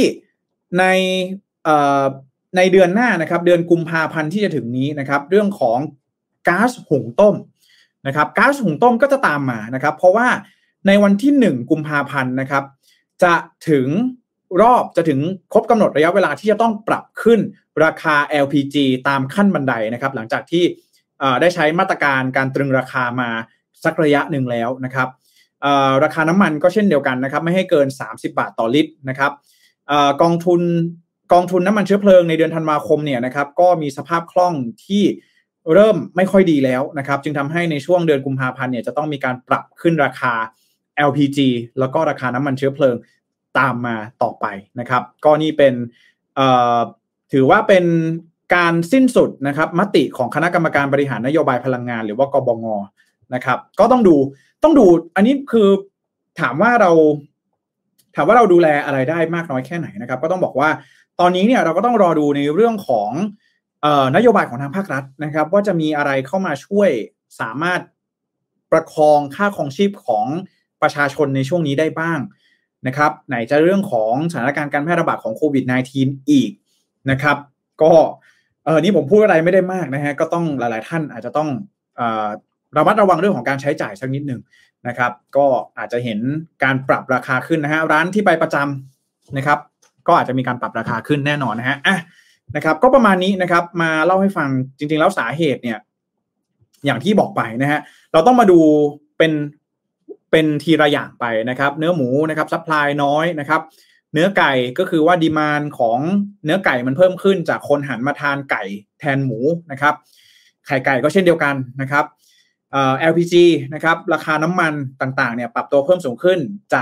ในเดือนหน้านะครับเดือนกุมภาพันธ์ที่จะถึงนี้นะครับเรื่องของก๊าซหุงต้มนะครับก๊าซหุงต้มก็จะตามมานะครับเพราะว่าในวันที่1กุมภาพันธ์นะครับจะถึงครบกำหนดระยะเวลาที่จะต้องปรับขึ้นราคา LPG ตามขั้นบันไดนะครับหลังจากที่ได้ใช้มาตรการการตรึงราคามาสักระยะหนึ่งแล้วนะครับราคาน้ำมันก็เช่นเดียวกันนะครับไม่ให้เกิน30 บาทต่อลิตรนะครับกองทุนน้ำมันเชื้อเพลิงในเดือนธันวาคมเนี่ยนะครับก็มีสภาพคล่องที่เริ่มไม่ค่อยดีแล้วนะครับจึงทำให้ในช่วงเดือนกุมภาพันธ์เนี่ยจะต้องมีการปรับขึ้นราคา LPG แล้วก็ราคาน้ำมันเชื้อเพลิงตามมาต่อไปนะครับก็นี่เป็นถือว่าเป็นการสิ้นสุดนะครับมติของคณะกรรมการบริหารนโยบายพลังงานหรือว่ากบง.นะครับก็ต้องดูอันนี้คือถามว่าเราดูแลอะไรได้มากน้อยแค่ไหนนะครับก็ต้องบอกว่าตอนนี้เนี่ยเราก็ต้องรอดูในเรื่องของนโยบายของทางภาครัฐนะครับว่าจะมีอะไรเข้ามาช่วยสามารถประคองค่าครองชีพของประชาชนในช่วงนี้ได้บ้างนะครับไหนจะเรื่องของสถานการณ์การแพร่ระบาดของโควิด -19 อีกนะครับก็นี่ผมพูดอะไรไม่ได้มากนะฮะก็ต้องหลายๆท่านอาจจะต้องระมัดระวังเรื่องของการใช้จ่ายสักนิดนึงนะครับก็อาจจะเห็นการปรับราคาขึ้นนะฮะร้านที่ไปประจำนะครับก็อาจจะมีการปรับราคาขึ้นแน่นอนนะฮะนะครับก็ประมาณนี้นะครับมาเล่าให้ฟังจริงๆแล้วสาเหตุเนี่ยอย่างที่บอกไปนะฮะเราต้องมาดูเป็นทีละอย่างไปนะครับเนื้อหมูนะครับซัพพลายน้อยนะครับเนื้อไก่ก็คือว่าดีมานด์ของเนื้อไก่มันเพิ่มขึ้นจากคนหันมาทานไก่แทนหมูนะครับไข่ไก่ก็เช่นเดียวกันนะครับLPG นะครับราคาน้ำมันต่างๆเนี่ยปรับตัวเพิ่มสูงขึ้น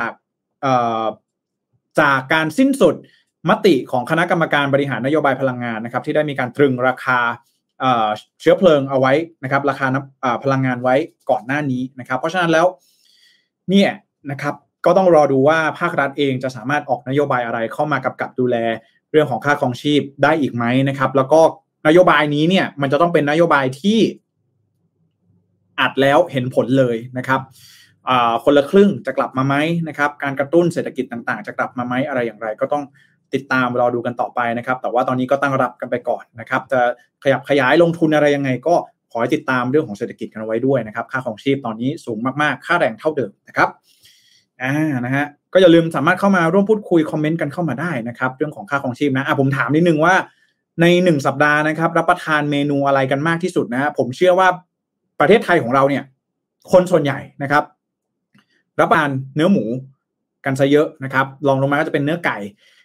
จากการสิ้นสุดมติของคณะกรรมการบริหารนโยบายพลังงานนะครับที่ได้มีการตรึงราคาเชื้อเพลิงเอาไว้นะครับราคาพลังงานไว้ก่อนหน้านี้นะครับเพราะฉะนั้นแล้วเนี่ยนะครับก็ต้องรอดูว่าภาครัฐเองจะสามารถออกนโยบายอะไรเข้ามากำกับดูแลเรื่องของค่าครองชีพได้อีกไหมนะครับแล้วก็นโยบายนี้เนี่ยมันจะต้องเป็นนโยบายที่อัดแล้วเห็นผลเลยนะครับคนละครึ่งจะกลับมาไหมนะครับการกระตุ้นเศรษฐกิจต่างๆจะกลับมาไหมอะไรอย่างไรก็ต้องติดตามรอดูกันต่อไปนะครับแต่ว่าตอนนี้ก็ตั้งรับกันไปก่อนนะครับจะขยับขยายลงทุนอะไรยังไงก็ขอให้ติดตามเรื่องของเศรษฐกิจกันไว้ด้วยนะครับค่าครองชีพตอนนี้สูงมากๆค่าแรงเท่าเดิมนะครับนะฮะก็อย่าลืมสามารถเข้ามาร่วมพูดคุยคอมเมนต์กันเข้ามาได้นะครับเรื่องของค่าครองชีพนะผมถามนิดนึงว่าใน1สัปดาห์นะครับรับประทานเมนูอะไรกันมากที่สุดนะผมเชื่อว่าประเทศไทยของเราเนี่ยคนส่วนใหญ่นะครับรับประทานเนื้อหมูกันซะเยอะนะครับรองลงมาก็จะเป็นเนื้อไก่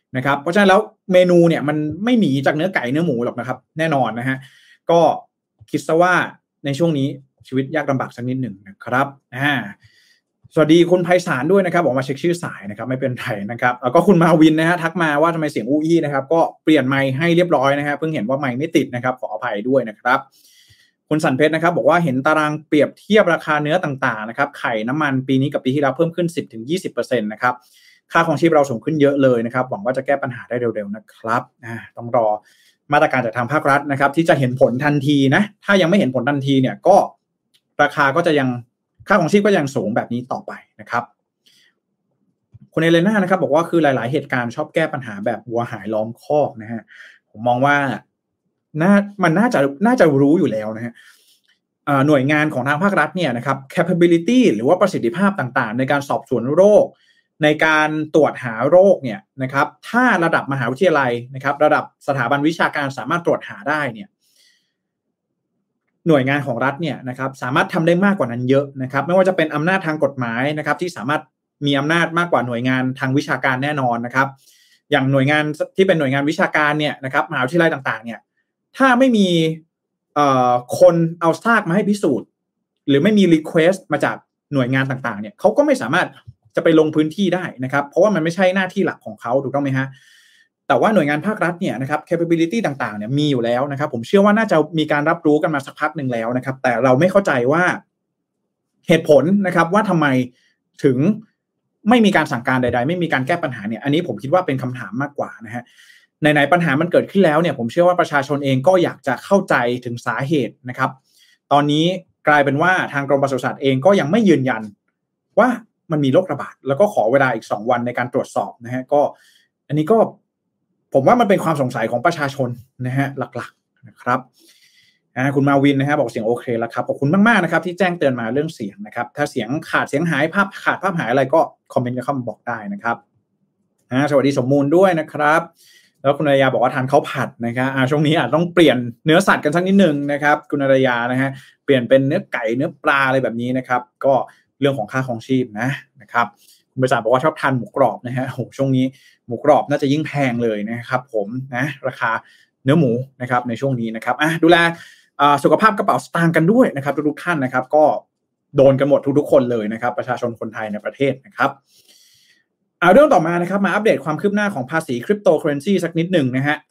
นะครับเพราะฉะนั้นแล้วเมนูเนี่ยมันไม่หนีจากเนื้อไก่เนื้อหมูหรอกนะครับแน่นอนนะฮะก็คิดซะว่าในช่วงนี้ชีวิตยากลำบากสักนิดหนึ่งนะครับสวัสดีคุณไพศาลด้วยนะครับบอกมาเช็คชื่อสายนะครับไม่เป็นไรนะครับแล้วก็คุณมาวินนะฮะทักมาว่าทำไมเสียงอู้อี้นะครับก็เปลี่ยนไมค์ให้เรียบร้อยนะฮะเพิ่งเห็นว่าไมค์ไม่ติดนะครับขออภัยด้วยนะครับคุณสันเพชรนะครับบอกว่าเห็นตารางเปรียบเทียบราคาเนื้อต่างๆนะครับไข่น้ำมันปีนี้กับปีที่แล้วเพิ่มขึ้น 10-20% นะครับค่าของชีพเราสูงขึ้นเยอะเลยนะครับหวังว่าจะแก้ปัญหาได้เร็วๆนะครับต้องรอมาตรการจากทางภาครัฐนะครับที่จะเห็นผลทันทีนะถ้ายังไม่เห็นผลทันทีเนี่ยก็ราคาก็จะยังค่าของชีพก็ยังสูงแบบนี้ต่อไปนะครับคุณเอเลน่านะครับบอกว่าคือหลายๆเหตุการณ์ชอบแก้ปัญหาแบบวัวหายล้อมคอกนะฮะผมมองว่ามันน่าจะรู้อยู่แล้วนะฮะหน่วยงานของทางภาครัฐเนี่ยนะครับ capability หรือว่าประสิทธิภาพต่างๆในการสอบสวนโรคในการตรวจหาโรคเนี่ยนะครับถ้าระดับมหาวิทยาลัยนะครับระดับสถาบันวิชาการสามารถตรวจหาได้เนี่ยหน่วยงานของรัฐเนี่ยนะครับสามารถทำได้มากกว่านั้นเยอะนะครับไม่ว่าจะเป็นอำนาจทางกฎหมายนะครับที่สามารถมีอำนาจมากกว่าหน่วยงานทางวิชาการแน่นอนนะครับอย่างหน่วยงานที่เป็นหน่วยงานวิชาการเนี่ยนะครับมหาวิทยาลัยต่างๆเนี่ยถ้าไม่มีคนเอาซากมาให้พิสูจน์หรือไม่มีรีเควสต์มาจากหน่วยงานต่างๆเนี่ยเขาก็ไม่สามารถจะไปลงพื้นที่ได้นะครับเพราะว่ามันไม่ใช่หน้าที่หลักของเขาถูกต้องไหมฮะแต่ว่าหน่วยงานภาครัฐเนี่ยนะครับ capability ต่างๆเนี่ยมีอยู่แล้วนะครับผมเชื่อว่าน่าจะมีการรับรู้กันมาสักพักนึงแล้วนะครับแต่เราไม่เข้าใจว่าเหตุผลนะครับว่าทำไมถึงไม่มีการสั่งการใดๆไม่มีการแก้ปัญหาเนี่ยอันนี้ผมคิดว่าเป็นคำถามมากกว่านะฮะไหนๆปัญหามันเกิดขึ้นแล้วเนี่ยผมเชื่อว่าประชาชนเองก็อยากจะเข้าใจถึงสาเหตุนะครับตอนนี้กลายเป็นว่าทางกรมปศุสัตว์เองก็ยังไม่ยืนยันว่ามันมีโรคระบาดแล้วก็ขอเวลาอีก2วันในการตรวจสอบนะฮะก็อันนี้ก็ผมว่ามันเป็นความสงสัยของประชาชนนะฮะหลักๆนะครับคุณมาวินนะฮะบอกเสียงโอเคแล้วครับขอบคุณมากๆนะครับที่แจ้งเตือนมาเรื่องเสียงนะครับถ้าเสียงขาดเสียงหายภาพขาดภาพหายอะไรก็คอมเมนต์กันเข้ามาบอกได้นะครับสวัสดีสมมูลด้วยนะครับแล้วคุณอารยาบอกว่าทานข้าวผัดนะครับช่วงนี้อาจต้องเปลี่ยนเนื้อสัตว์กันสักนิดนึงนะครับคุณอารยานะฮะเปลี่ยนเป็นเนื้อไก่เนื้อปลาอะไรแบบนี้นะครับก็เรื่องของค่าครองชีพนะครับคุณประสานบอกว่าชอบทานหมูกรอบนะฮะโหช่วงนี้หมูกรอบน่าจะยิ่งแพงเลยนะครับผมนะราคาเนื้อหมูนะครับในช่วงนี้นะครับดูแลสุขภาพกระเป๋าสตางค์กันด้วยนะครับทุกท่านนะครับก็โดนกันหมดทุกคนเลยนะครับประชาชนคนไทยในประเทศนะครับเรื่องต่อมานะครับมาอัปเดตความคืบหน้าของภาษีคริปโตเคอเรนซีสักนิดหนึ่งนะฮะ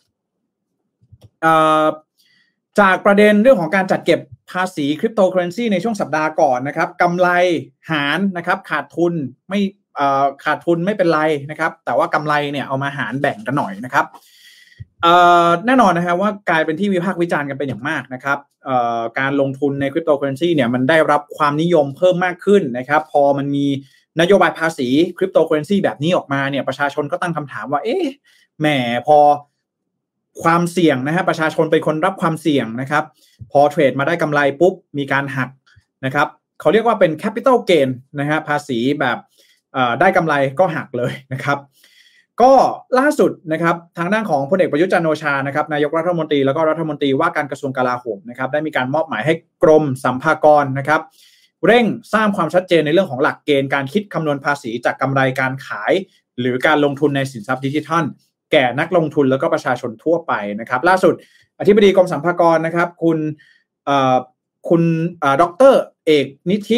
จากประเด็นเรื่องของการจัดเก็บภาษีคริปโตเคอเรนซีในช่วงสัปดาห์ก่อนนะครับกำไรหารนะครับขาดทุนไม่เป็นไรนะครับแต่ว่ากำไรเนี่ยเอามาหารแบ่งกันหน่อยนะครับแน่นอนนะครับว่ากลายเป็นที่วิพากษ์วิจารณ์กันเป็นอย่างมากนะครับการลงทุนในคริปโตเคอเรนซีเนี่ยมันได้รับความนิยมเพิ่มมากขึ้นนะครับพอมันมีนโยบายภาษีคริปโตเคอเรนซีแบบนี้ออกมาเนี่ยประชาชนก็ตั้งคำถามว่าแหมพอความเสี่ยงนะฮะประชาชนเป็นคนรับความเสี่ยงนะครับพอเทรดมาได้กำไรปุ๊บมีการหักนะครับเขาเรียกว่าเป็น capital gain นะฮะภาษีแบบได้กำไรก็หักเลยนะครับก็ล่าสุดนะครับทางด้านของพลเอกประยุทธ์จันทร์โอชานะครับนายกรัฐมนตรีแล้วก็รัฐมนตรีว่าการกระทรวงกลาโหมนะครับได้มีการมอบหมายให้กรมสรรพากรนะครับเร่งสร้างความชัดเจนในเรื่องของหลักเกณฑ์การคิดคำนวณภาษีจากกำไรการขายหรือการลงทุนในสินทรัพย์ดิจิทัลแก่นักลงทุนแล้วก็ประชาชนทั่วไปนะครับล่าสุดอธิบดีกรมสรรพากรนะครับคุณดร.เอก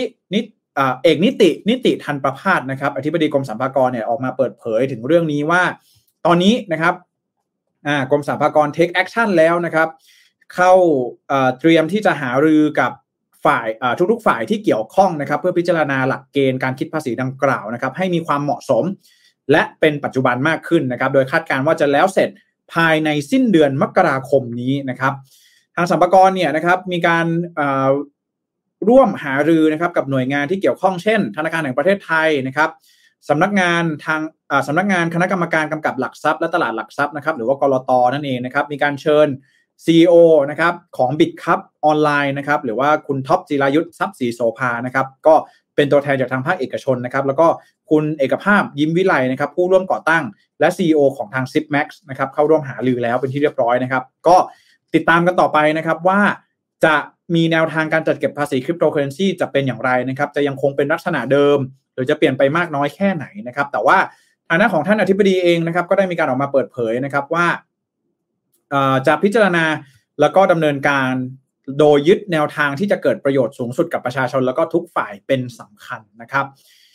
นิติทันประภาสนะครับอธิบดีกรมสรรพากรเนี่ยออกมาเปิดเผยถึงเรื่องนี้ว่าตอนนี้นะครับกรมสรรพากร take action แล้วนะครับเข้าเตรียมที่จะหารือกับฝ่ายทุกๆฝ่ายที่เกี่ยวข้องนะครับเพื่อพิจารณาหลักเกณฑ์การคิดภาษีดังกล่าวนะครับให้มีความเหมาะสมและเป็นปัจจุบันมากขึ้นนะครับโดยคาดการณ์ว่าจะแล้วเสร็จภายในสิ้นเดือนมกราคมนี้นะครับทางสรรพากรเนี่ยนะครับมีการร่วมหารือนะครับกับหน่วยงานที่เกี่ยวข้องเช่นธนาคารแห่งประเทศไทยนะครับสำนักงานคณะกรรมการกำกับหลักทรัพย์และตลาดหลักทรัพย์นะครับหรือว่ากลต.นั่นเองนะครับมีการเชิญ CEO นะครับของ BitCup ออนไลน์นะครับหรือว่าคุณท็อปจิรายุทธทรัพย์ศรีโสภานะครับก็เป็นตัวแทนจากทางภาคเอกชนนะครับแล้วก็คุณเอกภาพยิ้มวิไลนะครับผู้ร่วมก่อตั้งและ CEO ของทาง Zipmax นะครับเข้าร่วมหารือแล้วเป็นที่เรียบร้อยนะครับก็ติดตามกันต่อไปนะครับว่าจะมีแนวทางการจัดเก็บภาษีคริปโตเคอเรนซีจะเป็นอย่างไรนะครับจะยังคงเป็นลักษณะเดิมหรือจะเปลี่ยนไปมากน้อยแค่ไหนนะครับแต่ว่าทางด้านของท่านอธิบดีเองนะครับก็ได้มีการออกมาเปิดเผยนะครับว่าจะพิจารณาแล้วก็ดำเนินการโดยยึดแนวทางที่จะเกิดประโยชน์สูงสุดกับประชาชนแล้วก็ทุกฝ่ายเป็นสำคัญนะครับ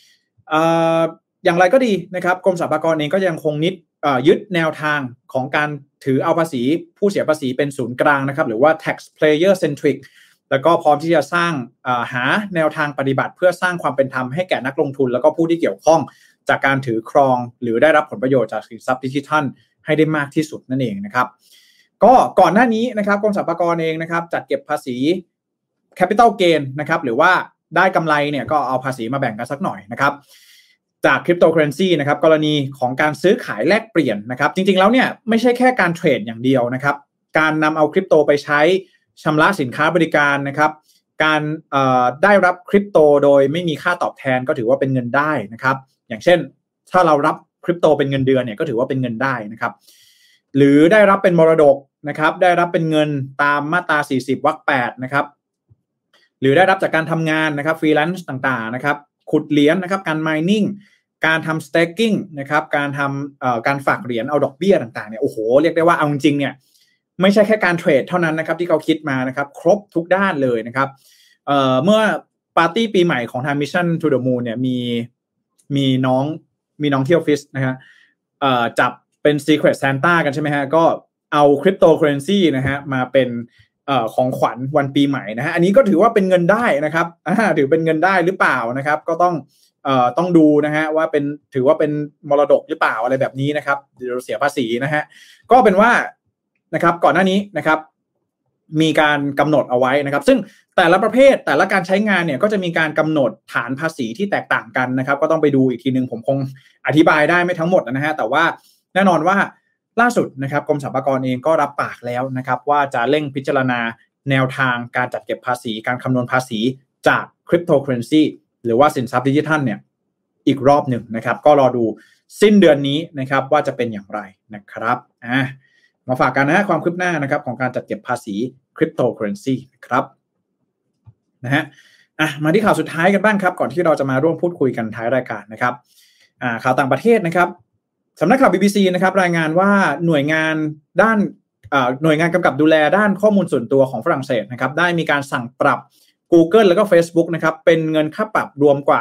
อย่างไรก็ดีนะครับกรมสรรพากรเองก็ยังคงยึดแนวทางของการถือเอาภาษีผู้เสียภาษีเป็นศูนย์กลางนะครับหรือว่า taxpayer centric แล้วก็พร้อมที่จะสร้างหาแนวทางปฏิบัติเพื่อสร้างความเป็นธรรมให้แก่นักลงทุนแล้วก็ผู้ที่เกี่ยวข้องจากการถือครองหรือได้รับผลประโยชน์จากสินทรัพย์ดิจิทัลให้ได้มากที่สุดนั่นเองนะครับก็ก่อนหน้านี้นะครับกรมสรรพากรเองนะครับจัดเก็บภาษี capital gain นะครับหรือว่าได้กำไรเนี่ยก็เอาภาษีมาแบ่งกันสักหน่อยนะครับจากคริปโตเคอเรนซีนะครับกรณีของการซื้อขายแลกเปลี่ยนนะครับจริงๆแล้วเนี่ยไม่ใช่แค่การเทรดอย่างเดียวนะครับการนำเอาคริปโตไปใช้ชำระสินค้าบริการนะครับการได้รับคริปโตโดยไม่มีค่าตอบแทนก็ถือว่าเป็นเงินได้นะครับอย่างเช่นถ้าเรารับคริปโตเป็นเงินเดือนเนี่ยก็ถือว่าเป็นเงินได้นะครับหรือได้รับเป็นมรดกนะครับได้รับเป็นเงินตามมาตรา40วรรค8นะครับหรือได้รับจากการทำงานนะครับฟรีแลนซ์ต่างๆนะครับขุดเหรียญนะครับการ mining การทำ staking นะครับการทำการฝากเหรียญเอาดอกเบี้ยต่างๆเนี่ยโอ้โหเรียกได้ว่าเอาจริงๆเนี่ยไม่ใช่แค่การเทรดเท่านั้นนะครับที่เขาคิดมานะครับครบทุกด้านเลยนะครับเมื่อปาร์ตี้ปีใหม่ของทาง Mission to the Moon เนี่ยมีน้องที่ออฟฟิศนะฮะจับเป็น Secret Santa กันใช่ไหมฮะก็เอาคริปโตเคอเรนซีนะฮะมาเป็นของขวัญวันปีใหม่นะฮะอันนี้ก็ถือว่าเป็นเงินได้นะครับถือเป็นเงินได้หรือเปล่านะครับก็ต้องดูนะฮะว่าถือว่าเป็นมรดกหรือเปล่าอะไรแบบนี้นะครับเดี๋ยวเสียภาษีนะฮะก็เป็นว่านะครับก่อนหน้านี้นะครับมีการกำหนดเอาไว้นะครับซึ่งแต่ละประเภทแต่ละการใช้งานเนี่ยก็จะมีการกำหนดฐานภาษีที่แตกต่างกันนะครับก็ต้องไปดูอีกทีนึงผมคงอธิบายได้ไม่ทั้งหมดนะฮะแต่ว่าแน่นอนว่าล่าสุดนะครับกรมสรรพากรเองก็รับปากแล้วนะครับว่าจะเร่งพิจารณาแนวทางการจัดเก็บภาษีการคำนวณภาษีจากคริปโตเคอเรนซีหรือว่าสินทรัพย์ดิจิทัลเนี่ยอีกรอบหนึ่งนะครับก็รอดูสิ้นเดือนนี้นะครับว่าจะเป็นอย่างไรนะครับมาฝากกันนะความคืบหน้านะครับของการจัดเก็บภาษีคริปโตเคอเรนซีนะครับนะฮะมาที่ข่าวสุดท้ายกันบ้างครับก่อนที่เราจะมาร่วมพูดคุยกันท้ายรายการนะครับข่าวต่างประเทศนะครับสำนักข่าว BBC นะครับรายงานว่าหน่วยงานกำกับดูแลด้านข้อมูลส่วนตัวของฝรั่งเศสนะครับได้มีการสั่งปรับ Google แล้วก็ Facebook นะครับเป็นเงินค่าปรับรวมกว่า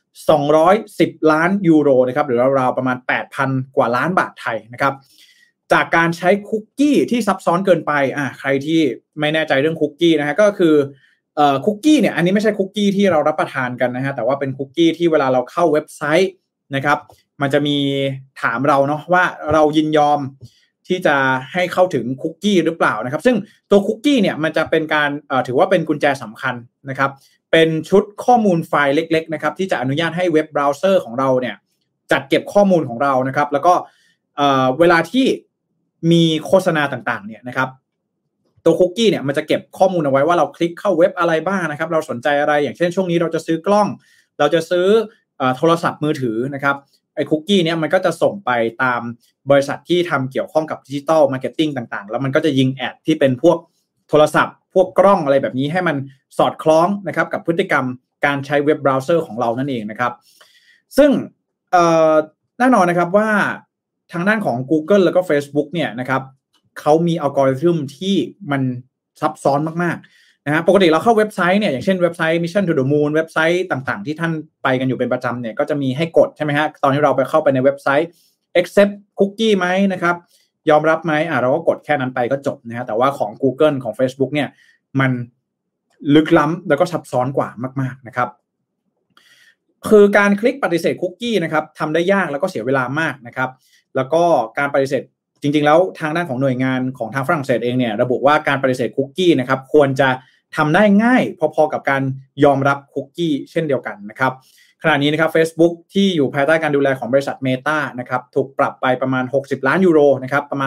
210ล้านยูโรนะครับหรือราวๆประมาณ 8,000 กว่าล้านบาทไทยนะครับจากการใช้คุกกี้ที่ซับซ้อนเกินไปใครที่ไม่แน่ใจเรื่องคุกกี้นะฮะก็คือคุกกี้เนี่ยอันนี้ไม่ใช่คุกกี้ที่เรารับประทานกันนะฮะแต่ว่าเป็นคุกกี้ที่เวลาเราเข้าเว็บไซต์นะครับมันจะมีถามเราเนาะว่าเรายินยอมที่จะให้เข้าถึงคุกกี้หรือเปล่านะครับซึ่งตัวคุกกี้เนี่ยมันจะเป็นการถือว่าเป็นกุญแจสำคัญนะครับเป็นชุดข้อมูลไฟล์เล็กๆนะครับที่จะอนุญาตให้เว็บเบราว์เซอร์ของเราเนี่ยจัดเก็บข้อมูลของเรานะครับแล้วก็เวลาที่มีโฆษณาต่างๆเนี่ยนะครับตัวคุกกี้เนี่ยมันจะเก็บข้อมูลเอาไว้ว่าเราคลิกเข้าเว็บอะไรบ้างนะครับเราสนใจอะไรอย่างเช่นช่วงนี้เราจะซื้อกล้องเราจะซื้อโทรศัพท์มือถือนะครับไอ้คุกกี้เนี่ยมันก็จะส่งไปตามบริษัทที่ทำเกี่ยวข้องกับดิจิทัลมาร์เก็ตติ้งต่างๆแล้วมันก็จะยิงแอดที่เป็นพวกโทรศัพท์พวกกล้องอะไรแบบนี้ให้มันสอดคล้องนะครับกับพฤติกรรมการใช้เว็บเบราว์เซอร์ของเรานั่นเองนะครับซึ่งแน่นอนนะครับว่าทางด้านของ Google แล้วก็ Facebook เนี่ยนะครับเขามีอัลกอริทึมที่มันซับซ้อนมากๆนะฮะปกติเราเข้าเว็บไซต์เนี่ยอย่างเช่นเว็บไซต์ Mission to the Moon เว็บไซต์ต่างๆที่ท่านไปกันอยู่เป็นประจำเนี่ยก็จะมีให้กดใช่ไหมฮะตอนที่เราไปเข้าไปในเว็บไซต์ accept cookie ไหมนะครับยอมรับไหมเราก็กดแค่นั้นไปก็จบนะฮะแต่ว่าของ Google ของ Facebook เนี่ยมันลึกล้ำแล้วก็ซับซ้อนกว่ามากๆนะครับคือการคลิกปฏิเสธคุกกี้นะครับทำได้ยากแล้วก็เสียเวลามากนะครับแล้วก็การปฏิเสธจริงๆแล้วทางด้านของหน่วยงานของทางฝรั่งเศสเองเนี่ยระบุว่าการปฏิเสธคุกกี้นะครับควรจะทำได้ง่ายพอๆกับการยอมรับคุกกี้เช่นเดียวกันนะครับขณะนี้นะครับ Facebook ที่อยู่ภายใต้การดูแลของบริษัท Meta นะครับถูกปรับไปประมาณ60ล้านยูโรนะครับประมาณ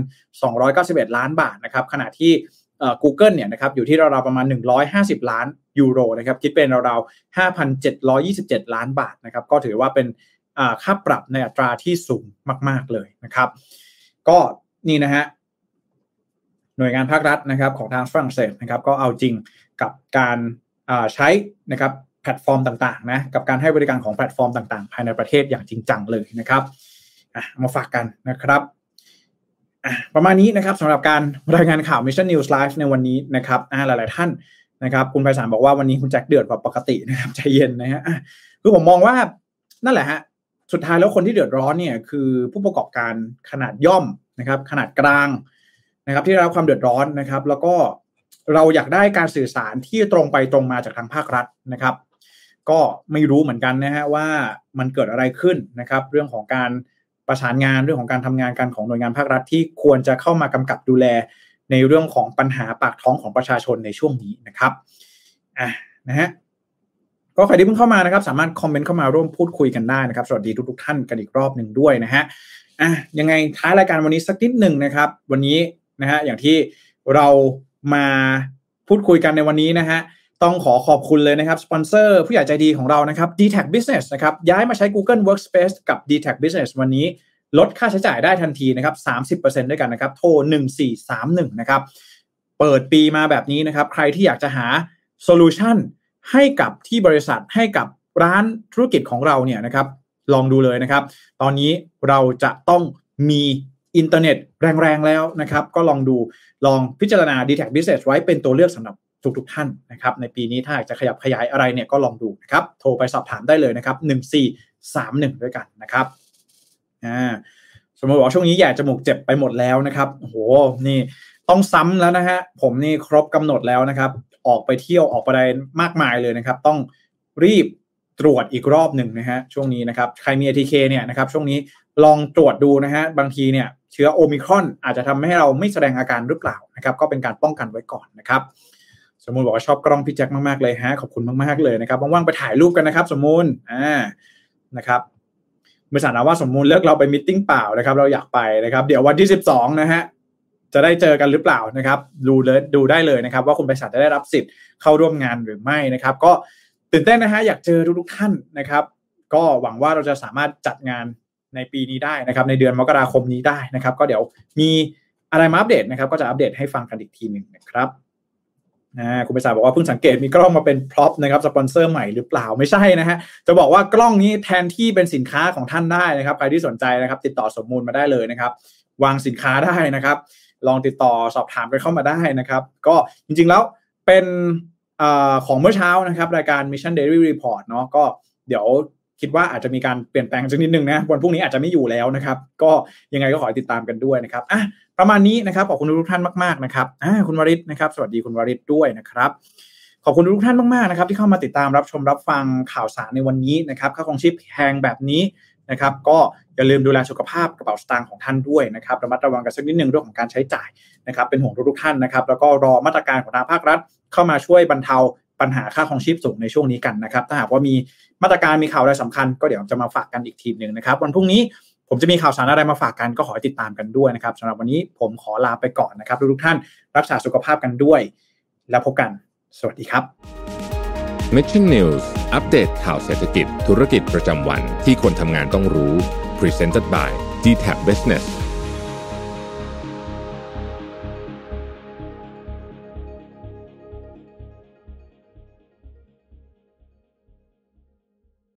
2,291 ล้านบาทนะครับขณะที่Google เนี่ยนะครับอยู่ที่ราวๆประมาณ150ล้านยูโรนะครับคิดเป็นราวๆ 5,727 ล้านบาทนะครับก็ถือว่าเป็นค่าปรับในอัตราที่สูงมากๆเลยนะครับก็นี่นะฮะหน่วยงานภาครัฐนะครับของทางฝรั่งเศสนะครับก็เอาจริงกับการใช้นะครับแพลตฟอร์มต่างๆนะกับการให้บริการของแพลตฟอร์มต่างๆภายในประเทศอย่างจริงจังเลยนะครับมาฝากกันนะครับประมาณนี้นะครับสำหรับการรายงานข่าว Mission News Live ในวันนี้นะครับหลายๆท่านนะครับคุณไพศาลบอกว่าวันนี้คุณแจ็คเดือดกว่าปกตินะครับใจเย็นนะฮะคือผมมองว่านั่นแหละฮะสุดท้ายแล้วคนที่เดือดร้อนเนี่ยคือผู้ประกอบการขนาดย่อมนะครับขนาดกลางนะครับที่ได้รับความเดือดร้อนนะครับแล้วก็เราอยากได้การสื่อสารที่ตรงไปตรงมาจากทางภาครัฐนะครับก็ไม่รู้เหมือนกันนะฮะว่ามันเกิดอะไรขึ้นนะครับเรื่องของการประสานงานเรื่องของการทำงานกันของหน่วยงานภาครัฐที่ควรจะเข้ามากำกับดูแลในเรื่องของปัญหาปากท้องของประชาชนในช่วงนี้นะครับนะฮะก็ใครที่เพิ่งเข้ามานะครับสามารถคอมเมนต์เข้ามาร่วมพูดคุยกันได้นะครับสวัสดีทุกท่านกันอีกรอบนึงด้วยนะฮะยังไงท้ายรายการวันนี้สักนิดนึงนะครับวันนี้นะฮะอย่างที่เรามาพูดคุยกันในวันนี้นะฮะต้องขอบคุณเลยนะครับสปอนเซอร์ผู้ใหญ่ใจดีของเรานะครับ DTAG Business นะครับย้ายมาใช้ Google Workspace กับ DTAG Business วันนี้ลดค่าใช้จ่ายได้ทันทีนะครับ 30% ด้วยกันนะครับโทร1431นะครับเปิดปีมาแบบนี้นะครับใครที่อยากจะหาโซลูชันให้กับที่บริษัทให้กับร้านธุรกิจของเราเนี่ยนะครับลองดูเลยนะครับตอนนี้เราจะต้องมีอินเทอร์เน็ตแรงๆแล้วนะครับก็ลองพิจารณา DTAG Business ไว้เป็นตัวเลือกสำหรับทุกท่านนะครับในปีนี้ถ้าอยากจะขยับขยายอะไรเนี่ยก็ลองดูนะครับโทรไปสอบถามได้เลยนะครับ1431ด้วยกันนะครับสมมติว่าช่วงนี้แย่จมูกเจ็บไปหมดแล้วนะครับโอ้โหนี่ต้องซ้ำแล้วนะฮะผมนี่ครบกำหนดแล้วนะครับออกไปเที่ยวออกไปอะไรมากมายเลยนะครับต้องรีบตรวจอีกรอบหนึ่งนะฮะช่วงนี้นะครับใครมี ATK เนี่ยนะครับช่วงนี้ลองตรวจดูนะฮะบางทีเนี่ยเชื้อโอมิครอนอาจจะทำให้เราไม่แสดงอาการหรือเปล่านะครับก็เป็นการป้องกันไว้ก่อนนะครับสมมุติบอกว่าชอบกล้องพี่แจ็คมากๆเลยฮะขอบคุณมากๆเลยนะครับว่างๆไปถ่ายรูปกันนะครับสมมุตินะครับเมื่อสารว่าสมมุติเลิกเราไปมีตติ้งเปล่านะครับเราอยากไปนะครับเดี๋ยววันที่12นะฮะจะได้เจอกันหรือเปล่านะครับดูได้เลยนะครับว่าคุณไพศาลจะได้รับสิทธิ์เข้าร่วมงานหรือไม่นะครับก็ตื่นเต้นนะฮะอยากเจอทุกท่านนะครับก็หวังว่าเราจะสามารถจัดงานในปีนี้ได้นะครับในเดือนมกราคมนี้ได้นะครับก็เดี๋ยวมีอะไรมาอัปเดตนะครับก็จะอัปเดตให้ฟังกันอีกทีนึงนะครับคุณไพศาลบอกว่าเพิ่งสังเกตมีกล้องมาเป็นพร็อพนะครับสปอนเซอร์ใหม่หรือเปล่าไม่ใช่นะฮะจะบอกว่ากล้องนี้แทนที่เป็นสินค้าของท่านได้นะครับใครที่สนใจนะครับติดต่อสมมูลมาได้เลยนะครับวางสินค้าได้นะครับลองติดต่อสอบถามกันเข้ามาได้นะครับก็จริงๆแล้วเป็นของเมื่อเช้านะครับรายการ Mission Daily Report เนาะก็เดี๋ยวคิดว่าอาจจะมีการเปลี่ยนแปลงสักนิดนึงนะวันพรุ่งนี้อาจจะไม่อยู่แล้วนะครับก็ยังไงก็ขอติดตามกันด้วยนะครับประมาณนี้นะครับขอบคุณทุกท่านมากๆนะครับคุณวริศนะครับสวัสดีคุณวริศด้วยนะครับขอบคุณทุกท่านมากๆนะครับที่เข้ามาติดตามรับชมรับฟังข่าวสารในวันนี้นะครับค่าครองชีพแพงแบบนี้นะครับก็อย่าลืมดูแลสุขภาพกระเป๋าสตางค์ของท่านด้วยนะครับระมัดระวังกันสักนิดนึงเรื่องของการใช้จ่ายนะครับเป็นห่วงทุกท่านนะครับแล้วก็รอมาตรการของทางภาครัฐเข้ามาช่วยบรรเทาปัญหาค่าครองชีพสูงในช่วงนี้กันนะครับถ้าหากว่ามีมาตรการมีข่าวอะไรสำคัญก็เดี๋ยวจะมาฝากกันอีกทีนึงนะครับวันพรุ่งนี้ผมจะมีข่าวสารอะไรมาฝากกันก็ขอให้ติดตามกันด้วยนะครับสำหรับวันนี้ผมขอลาไปก่อนนะครับทุกท่านรักษาสุขภาพกันด้วยแล้วพบกันสวัสดีครับ Mission News อัปเดตข่าวเศรษฐกิจธุรกิจประจำวันที่คนทำงานต้องรู้ Presented by DTAG Business